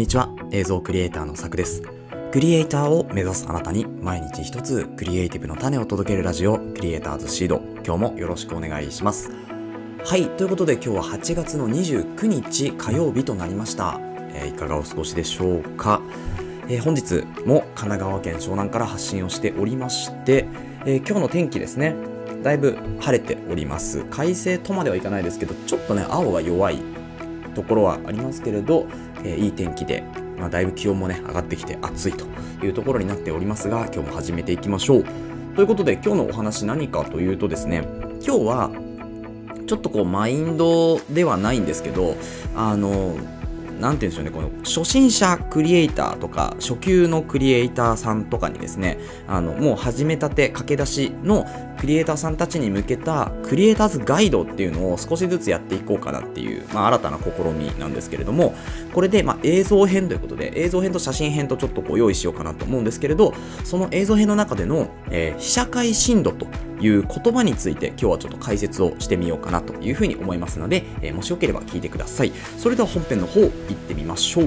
にちは。映像クリエイターのさくです。クリエイターを目指すあなたに毎日一つクリエイティブの種を届けるラジオ、クリエイターズシード。今日もよろしくお願いします。はい、ということで今日は8月の29日火曜日となりました。いかがお過ごしでしょうか。本日も神奈川県湘南から発信をしておりまして、今日の天気ですね、だいぶ晴れております。快晴とまではいかないですけど、ちょっとね青が弱いところはありますけれど、いい天気で、だいぶ気温もね上がってきて暑いというところになっておりますが、今日も始めていきましょう。ということで今日のお話何かというとですね、今日はちょっとマインドではないんですけど、なんて言うんでしょうね、この初心者クリエイターとか初級のクリエイターさんとかにですね、もう始めたて駆け出しのクリエイターさんたちに向けたクリエイターズガイドっていうのを少しずつやっていこうかなっていう、新たな試みなんですけれども、これで映像編ということで、映像編と写真編とちょっと用意しようかなと思うんですけれど、その映像編の中での、被写界深度という言葉について今日はちょっと解説をしてみようかなというふうに思いますので、もしよければ聞いてください。それでは本編の方行ってみましょう。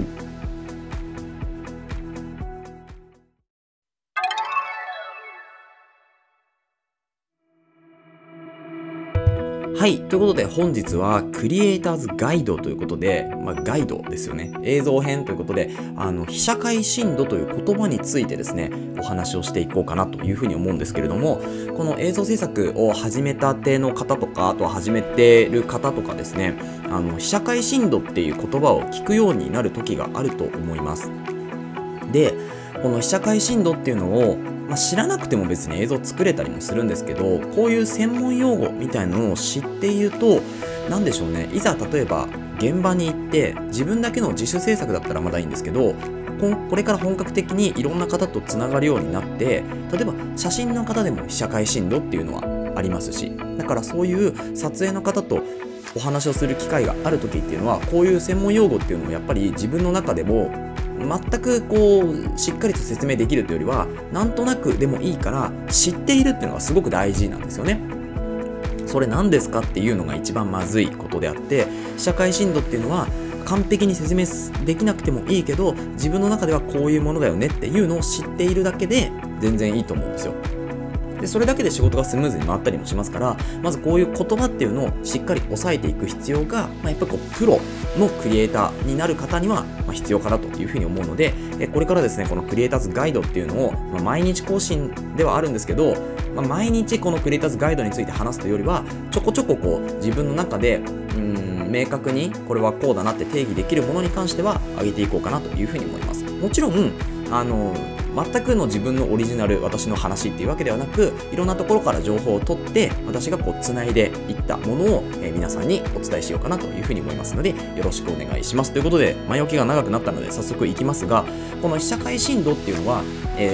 はい、ということで本日はクリエイターズガイドということで、ガイドですよね、映像編ということで、被写界深度という言葉についてですねお話をしていこうかなというふうに思うんですけれども、この映像制作を始めたての方とか、あとは始めてる方とかですね、被写界深度っていう言葉を聞くようになる時があると思います。で、この被写界深度っていうのを知らなくても別に映像作れたりもするんですけど、こういう専門用語みたいなのを知っていると、なんでしょうね、いざ例えば現場に行って自分だけの自主制作だったらまだいいんですけど、これから本格的にいろんな方とつながるようになって、例えば写真の方でも被写界深度っていうのはありますし、だからそういう撮影の方とお話をする機会がある時っていうのは、こういう専門用語っていうのをやっぱり自分の中でも全くしっかりと説明できるというよりは、なんとなくでもいいから知っているっていうのがすごく大事なんですよね。それ何ですかっていうのが一番まずいことであって、被写界深度っていうのは完璧に説明できなくてもいいけど、自分の中ではこういうものだよねっていうのを知っているだけで全然いいと思うんですよ。でそれだけで仕事がスムーズに回ったりもしますから、まずこういう言葉っていうのをしっかり押さえていく必要が、やっぱりプロのクリエイターになる方には必要かなというふうに思うので、これからですねこのクリエイターズガイドっていうのを、毎日更新ではあるんですけど、毎日このクリエイターズガイドについて話すというよりは、ちょこちょこ自分の中で明確にこれはこうだなって定義できるものに関しては上げていこうかなというふうに思います。もちろん全くの自分のオリジナル、私の話っていうわけではなく、いろんなところから情報を取って私がつないでいったものを、皆さんにお伝えしようかなというふうに思いますので、よろしくお願いします。ということで前置きが長くなったので早速いきますが、この被写界深度っていうのは、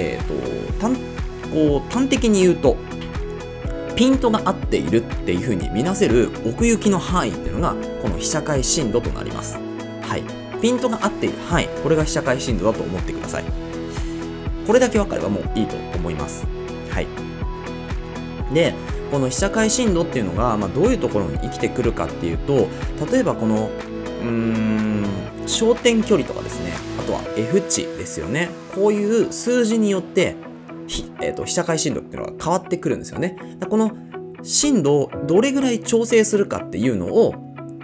端的に言うとピントが合っているっていうふうに見なせる奥行きの範囲っていうのがこの被写界深度となります。はい、ピントが合っている範囲、これが被写界深度だと思ってください。これだけ分かればもういいと思います。はい。で、この被写界深度っていうのが、どういうところに生きてくるかっていうと、例えばこの焦点距離とかですね、あとは F 値ですよね。こういう数字によって被写界深度っていうのが変わってくるんですよね。この深度をどれぐらい調整するかっていうのを、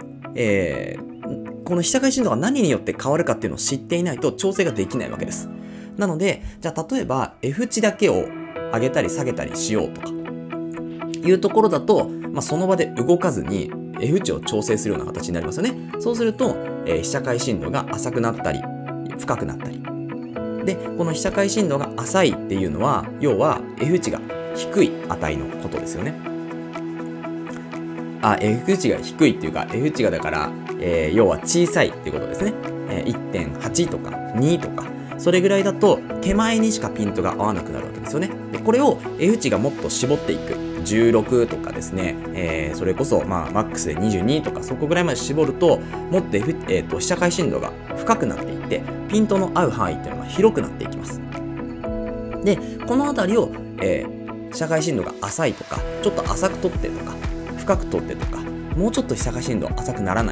この被写界深度が何によって変わるかっていうのを知っていないと調整ができないわけです。なので、じゃあ例えば F 値だけを上げたり下げたりしようとかいうところだと、その場で動かずに F 値を調整するような形になりますよね。そうすると、被写界深度が浅くなったり深くなったりで、この被写界深度が浅いっていうのは、要は F 値が低い値のことですよね。F 値が低いっていうか F 値がだから、要は小さいっていうことですね。1.8 とか2とかそれぐらいだと手前にしかピントが合わなくなるわけですよね。でこれを F 値がもっと絞っていく、16とかですね、それこそマックスで22とかそこぐらいまで絞ると、もっと、被写界深度が深くなっていってピントの合う範囲っていうのが広くなっていきます。でこのあたりを、被写界深度が浅いとか、ちょっと浅く取ってとか深く取ってとか、もうちょっと被写界深度浅くならないとか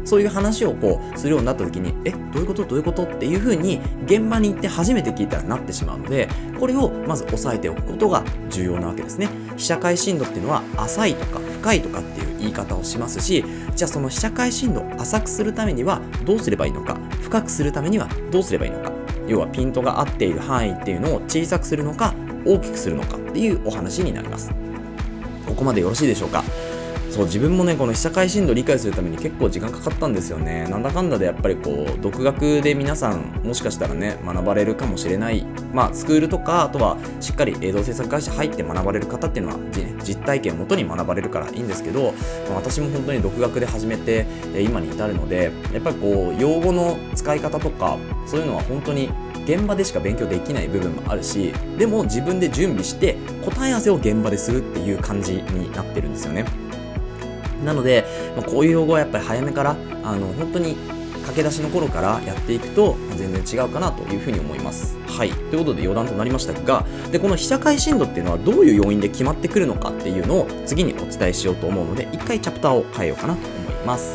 そういう話をするようになった時に、どういうことどういうことっていう風に現場に行って初めて聞いたらなってしまうので、これをまず押さえておくことが重要なわけですね。被写界深度っていうのは浅いとか深いとかっていう言い方をしますし、じゃあその被写界深度を浅くするためにはどうすればいいのか、深くするためにはどうすればいいのか、要はピントが合っている範囲っていうのを小さくするのか大きくするのかっていうお話になります。ここまでよろしいでしょうか。そう自分もねこの被写界深度を理解するために結構時間かかったんですよね。なんだかんだでやっぱり独学で皆さんもしかしたらね学ばれるかもしれない、スクールとかあとはしっかり映像制作会社入って学ばれる方っていうのは実体験をもとに学ばれるからいいんですけど、私も本当に独学で始めて今に至るので、やっぱり用語の使い方とかそういうのは本当に現場でしか勉強できない部分もあるし、でも自分で準備して答え合わせを現場でするっていう感じになってるんですよね。なので、こういう用語はやっぱり早めから本当に駆け出しの頃からやっていくと全然違うかなというふうに思います。はい、ということで余談となりましたが、この被写界深度っていうのはどういう要因で決まってくるのかっていうのを次にお伝えしようと思うので、一回チャプターを変えようかなと思います。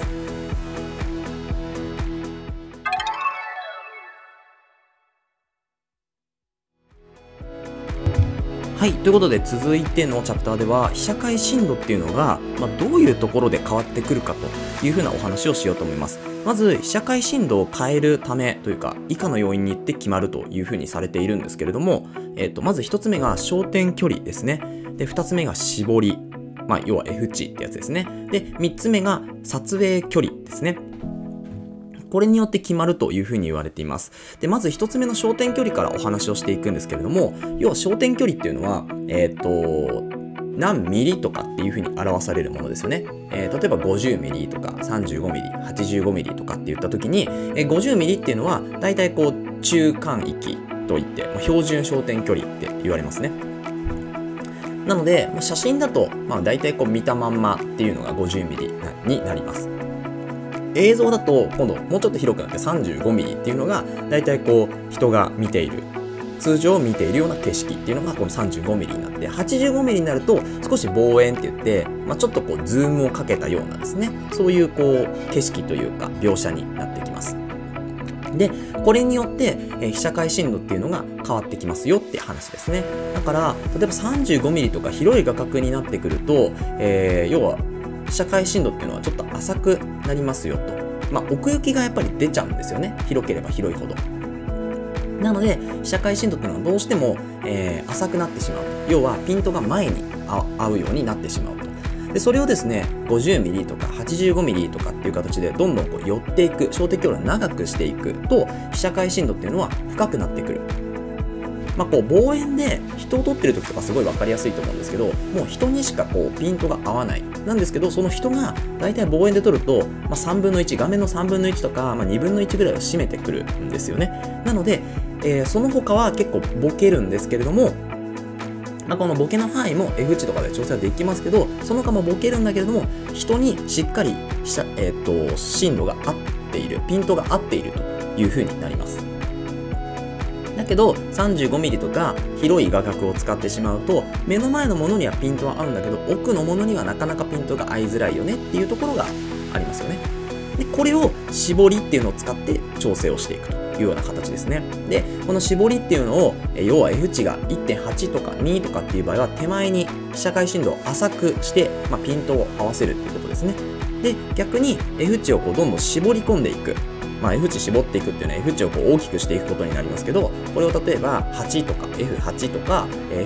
はい、ということで続いてのチャプターでは被写界深度っていうのが、どういうところで変わってくるかというふうなお話をしようと思います。まず被写界深度を変えるためというか以下の要因によって決まるというふうにされているんですけれども、まず1つ目が焦点距離ですね。で2つ目が絞り、要は F 値ってやつですね。で3つ目が撮影距離ですね。これによって決まるというふうに言われています。で、まず一つ目の焦点距離からお話をしていくんですけれども、要は焦点距離っていうのは、何ミリとかっていうふうに表されるものですよね。例えば50ミリとか35ミリ、85ミリとかって言った時に、50ミリっていうのはだいたい中間域といって、標準焦点距離って言われますね。なので、写真だと、だいたい見たまんまっていうのが50ミリになります。映像だと今度もうちょっと広くなって35ミリっていうのがだいたい人が見ている通常見ているような景色っていうのがこの35ミリになって、85ミリになると少し望遠って言って、ちょっとズームをかけたようなですね、そういう景色というか描写になってきます。でこれによって被写界深度っていうのが変わってきますよって話ですね。だから例えば35ミリとか広い画角になってくると、要は被写界深度っていうのはちょっと浅くなりますよと。奥行きがやっぱり出ちゃうんですよね。広ければ広いほど。なので被写界深度っていうのはどうしても、浅くなってしまう。要はピントが前に合うようになってしまうと。でそれをですね50ミリとか85ミリとかっていう形でどんどん寄っていく、焦点距離を長くしていくと被写界深度っていうのは深くなってくる。望遠で人を撮ってる時とかすごい分かりやすいと思うんですけど、もう人にしかピントが合わないなんですけど、その人がだいたい望遠で撮ると、3分の1、画面の3分の1とか、2分の1ぐらいを占めてくるんですよね。なので、その他は結構ボケるんですけれども、このボケの範囲も F 値とかで調整はできますけど、その他もボケるんだけれども、人にしっかり深度が合っている、ピントが合っているという風になります。だけど 35mm とか広い画角を使ってしまうと、目の前のものにはピントは合うんだけど奥のものにはなかなかピントが合いづらいよねっていうところがありますよね。でこれを絞りっていうのを使って調整をしていくというような形ですね。でこの絞りっていうのを要は F 値が 1.8 とか2とかっていう場合は手前に被写界深度を浅くして、ピントを合わせるっていうことですね。で逆に F 値をどんどん絞り込んでいく、F 値絞っていくっていうのは F 値を大きくしていくことになりますけど、これを例えば8とか F8 とか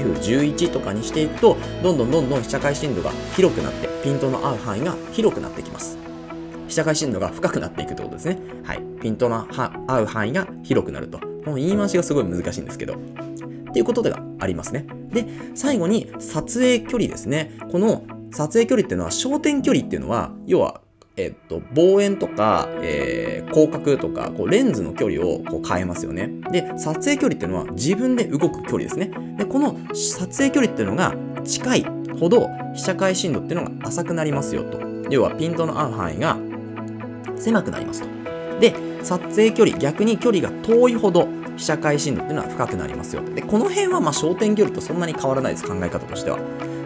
F11 とかにしていくと、どんどん被写界深度が広くなってピントの合う範囲が広くなってきます。被写界深度が深くなっていくってことですね。はい、ピントの合う範囲が広くなると。この言い回しがすごい難しいんですけどっていうことがありますね。で最後に撮影距離ですね。この撮影距離っていうのは、焦点距離っていうのは要は望遠とか、広角とかレンズの距離を変えますよね。で撮影距離っていうのは自分で動く距離ですね。でこの撮影距離っていうのが近いほど被写界深度っていうのが浅くなりますよと。要はピントの合う範囲が狭くなりますと。で撮影距離、逆に距離が遠いほど被写界深度っていうのは深くなりますよと。でこの辺は焦点距離とそんなに変わらないです、考え方としては。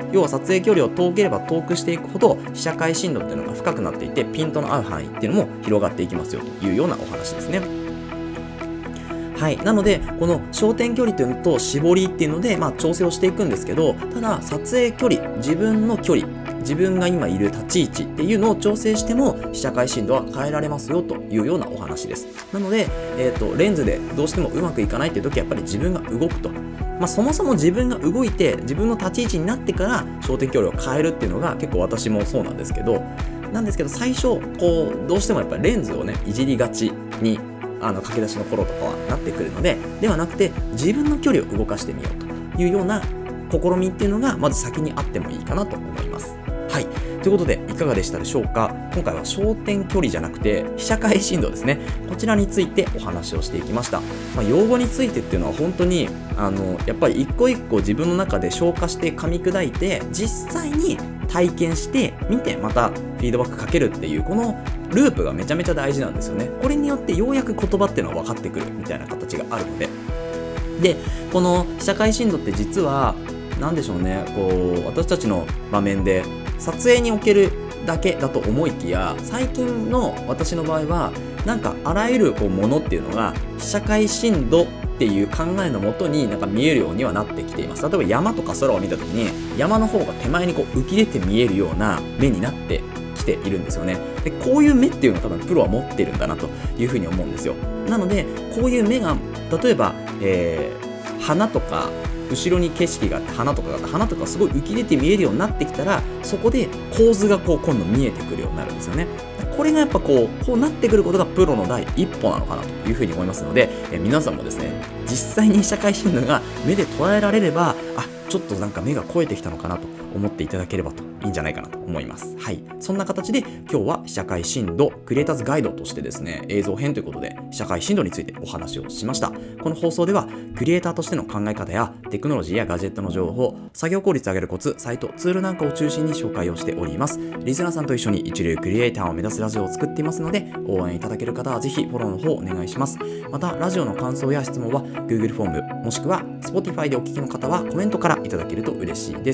要は撮影距離を遠ければ遠くしていくほど被写界深度っていうのが深くなっていて、ピントの合う範囲っていうのも広がっていきますよというようなお話ですね。はい。なので、この焦点距離というのと絞りっていうので、調整をしていくんですけど、ただ、撮影距離、自分の距離、自分が今いる立ち位置っていうのを調整しても、被写界深度は変えられますよというようなお話です。なので、レンズでどうしてもうまくいかないっていう時は、やっぱり自分が動くと。そもそも自分が動いて、自分の立ち位置になってから焦点距離を変えるっていうのが結構私もそうなんですけど、最初、どうしてもやっぱりレンズをね、いじりがちに、駆け出しの頃とかはなってくるので、ではなくて自分の距離を動かしてみようというような試みっていうのがまず先にあってもいいかなと思います。はい。ということでいかがでしたでしょうか。今回は焦点距離じゃなくて被写界深度ですね。こちらについてお話をしていきました。用語についてっていうのは本当にやっぱり一個一個自分の中で消化して噛み砕いて実際に体験してみてまたフィードバックかけるっていうこのループがめちゃめちゃ大事なんですよね。これによってようやく言葉っていうのは分かってくるみたいな形があるので。で、この被写界深度って実は何でしょうね、私たちの場面で撮影におけるだけだと思いきや、最近の私の場合はあらゆるものっていうのが被写界深度っていう考えのもとに見えるようにはなってきています。例えば山とか空を見た時に山の方が手前に浮き出て見えるような目になってきているんですよね。で、こういう目っていうのを多分プロは持ってるんだなというふうに思うんですよ。なのでこういう目が例えば、花とか後ろに景色があって花とかがあって花とかすごい浮き出て見えるようになってきたら、そこで構図が今度見えてくるようになるんですよね。これがやっぱこうなってくることがプロの第一歩なのかなというふうに思いますので、皆さんもですね、実際に被写界深度が目で捉えられれば、ちょっと目が肥えてきたのかなと思っていただければといいんじゃないかなと思います。はい。そんな形で今日は被写界深度クリエイターズガイドとしてですね、映像編ということで被写界深度についてお話をしました。この放送ではクリエイターとしての考え方やテクノロジーやガジェットの情報、作業効率を上げるコツ、サイト、ツールなんかを中心に紹介をしております。リスナーさんと一緒に一流クリエイターを目指すラジオを作っていますので、応援いただける方はぜひフォローの方お願いします。またラジオの感想や質問は Google フォームもしくは Spotify でお聞きの方はコメントからいただけると嬉しいです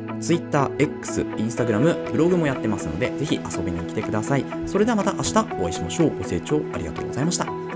。Twitter、X、Instagram、ブログもやってますので、ぜひ遊びに来てください。それではまた明日お会いしましょう。ご清聴ありがとうございました。